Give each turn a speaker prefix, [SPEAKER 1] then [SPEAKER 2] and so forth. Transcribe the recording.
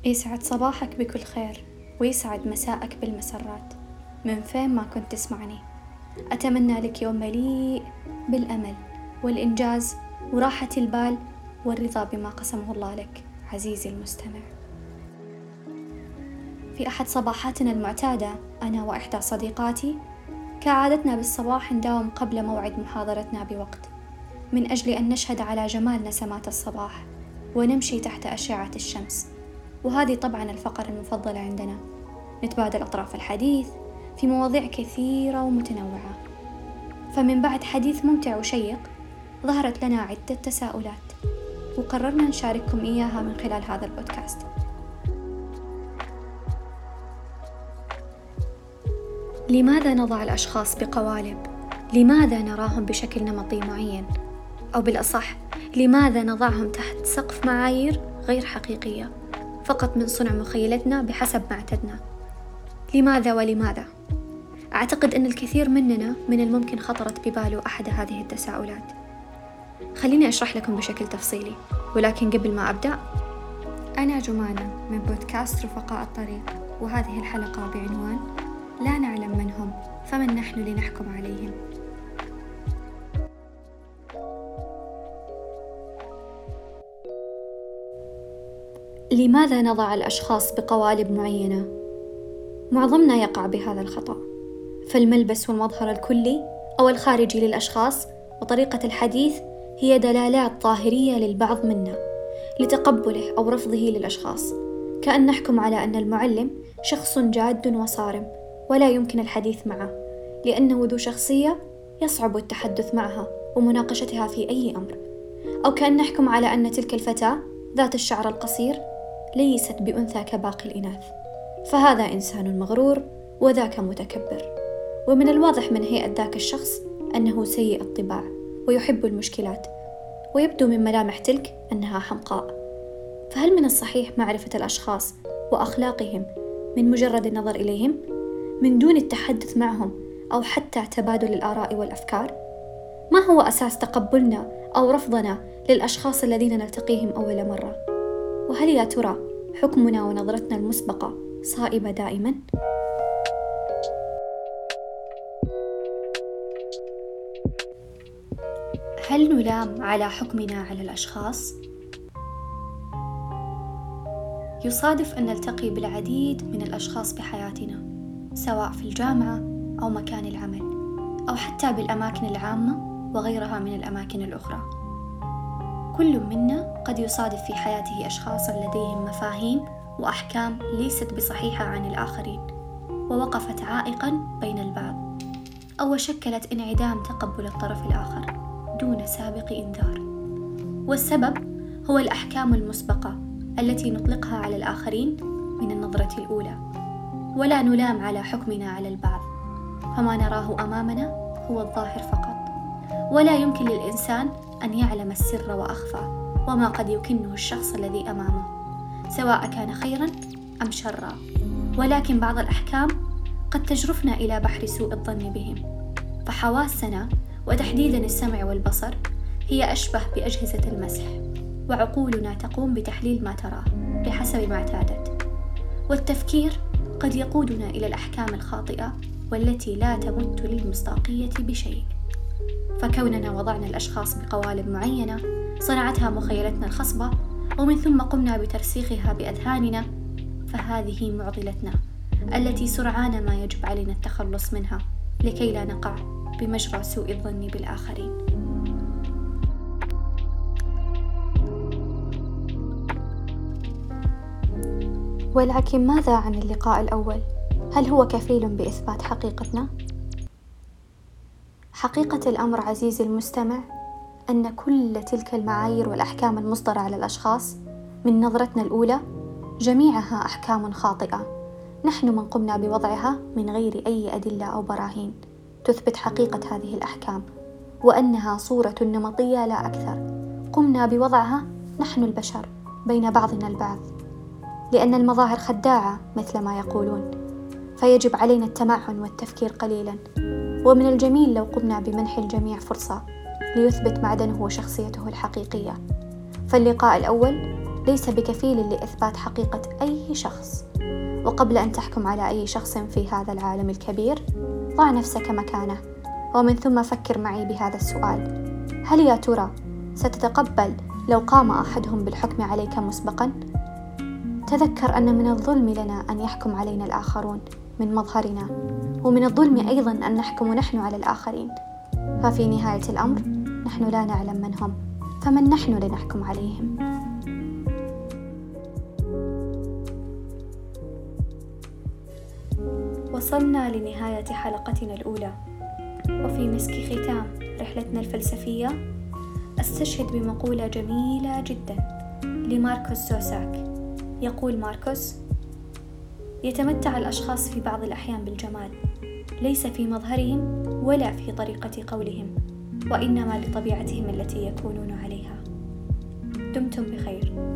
[SPEAKER 1] يسعد صباحك بكل خير ويسعد مساءك بالمسرات من فين ما كنت تسمعني. أتمنى لك يوم مليء بالأمل والإنجاز وراحة البال والرضا بما قسمه الله لك عزيزي المستمع. في أحد صباحاتنا المعتادة أنا وإحدى صديقاتي كعادتنا بالصباح نداوم قبل موعد محاضرتنا بوقت من أجل أن نشهد على جمال نسمات الصباح ونمشي تحت أشعة الشمس، وهذه طبعاً الفقرة المفضلة عندنا. نتبادل أطراف الحديث في مواضيع كثيرة ومتنوعة. فمن بعد حديث ممتع وشيق ظهرت لنا عدة تساؤلات وقررنا نشارككم إياها من خلال هذا البودكاست. لماذا نضع الأشخاص بقوالب؟ لماذا نراهم بشكل نمطي معين؟ أو بالأصح، لماذا نضعهم تحت سقف معايير غير حقيقية فقط من صنع مخيلتنا بحسب ما اعتدنا؟ لماذا ولماذا؟ أعتقد أن الكثير مننا من الممكن خطرت بباله أحد هذه التساؤلات. خليني أشرح لكم بشكل تفصيلي، ولكن قبل ما أبدأ، أنا جمانة من بودكاست رفقاء الطريق، وهذه الحلقة بعنوان لا نعلم من هم فمن نحن لنحكم عليهم. لماذا نضع الأشخاص بقوالب معينة؟ معظمنا يقع بهذا الخطأ، فالملبس والمظهر الكلي أو الخارجي للأشخاص وطريقة الحديث هي دلالات ظاهرية للبعض منا لتقبله أو رفضه للأشخاص، كأن نحكم على أن المعلم شخص جاد وصارم ولا يمكن الحديث معه لأنه ذو شخصية يصعب التحدث معها ومناقشتها في أي أمر، أو كأن نحكم على أن تلك الفتاة ذات الشعر القصير ليست بأنثى كباقي الإناث، فهذا إنسان مغرور وذاك متكبر، ومن الواضح من هيئة ذاك الشخص أنه سيء الطباع ويحب المشكلات، ويبدو من ملامح تلك أنها حمقاء. فهل من الصحيح معرفة الأشخاص وأخلاقهم من مجرد النظر إليهم من دون التحدث معهم أو حتى تبادل الآراء والأفكار؟ ما هو أساس تقبلنا أو رفضنا للأشخاص الذين نلتقيهم أول مرة؟ وهل يا ترى حكمنا ونظرتنا المسبقة صائبة دائما؟ هل نلام على حكمنا على الأشخاص؟ يصادف أن نلتقي بالعديد من الأشخاص بحياتنا، سواء في الجامعة أو مكان العمل أو حتى بالأماكن العامة وغيرها من الأماكن الأخرى. كل منا قد يصادف في حياته أشخاص لديهم مفاهيم وأحكام ليست بصحيحة عن الآخرين، ووقفت عائقاً بين البعض أو شكلت انعدام تقبل الطرف الآخر دون سابق إنذار. والسبب هو الأحكام المسبقة التي نطلقها على الآخرين من النظرة الأولى، ولا نلام على حكمنا على البعض، فما نراه أمامنا هو الظاهر فقط، ولا يمكن للإنسان أن يعلم السر وأخفى وما قد يكنه الشخص الذي أمامه، سواء كان خيراً أم شراً. ولكن بعض الأحكام قد تجرفنا إلى بحر سوء الظن بهم، فحواسنا وتحديداً السمع والبصر هي أشبه بأجهزة المسح، وعقولنا تقوم بتحليل ما تراه بحسب ما اعتادت، والتفكير قد يقودنا إلى الأحكام الخاطئة والتي لا تمت للمصداقية بشيء. فكوننا وضعنا الأشخاص بقوالب معينة صنعتها مخيلتنا الخصبة، ومن ثم قمنا بترسيخها بأذهاننا، فهذه معضلتنا التي سرعان ما يجب علينا التخلص منها لكي لا نقع بمجرى سوء الظن بالآخرين. ولكن ماذا عن اللقاء الأول؟ هل هو كفيل بإثبات حقيقتنا؟ حقيقة الأمر عزيزي المستمع أن كل تلك المعايير والأحكام المصدرة على الأشخاص من نظرتنا الأولى جميعها أحكام خاطئة، نحن من قمنا بوضعها من غير أي أدلة أو براهين تثبت حقيقة هذه الأحكام، وأنها صورة نمطية لا أكثر قمنا بوضعها نحن البشر بين بعضنا البعض، لأن المظاهر خداعة مثل ما يقولون، فيجب علينا التمعن والتفكير قليلا، ومن الجميل لو قمنا بمنح الجميع فرصة ليثبت معدنه وشخصيته الحقيقية. فاللقاء الأول ليس بكفيل لإثبات حقيقة أي شخص. وقبل أن تحكم على أي شخص في هذا العالم الكبير، ضع نفسك مكانه، ومن ثم فكر معي بهذا السؤال: هل يا ترى ستتقبل لو قام أحدهم بالحكم عليك مسبقا؟ تذكر أن من الظلم لنا أن يحكم علينا الآخرون من مظهرنا، ومن الظلم أيضا أن نحكم نحن على الآخرين. ففي نهاية الأمر نحن لا نعلم من هم، فمن نحن لنحكم عليهم؟ وصلنا لنهاية حلقتنا الأولى، وفي مسك ختام رحلتنا الفلسفية أستشهد بمقولة جميلة جدا لماركوس زوساك. يقول ماركوس: يتمتع الأشخاص في بعض الأحيان بالجمال، ليس في مظهرهم ولا في طريقة قولهم، وإنما لطبيعتهم التي يكونون عليها. دمتم بخير.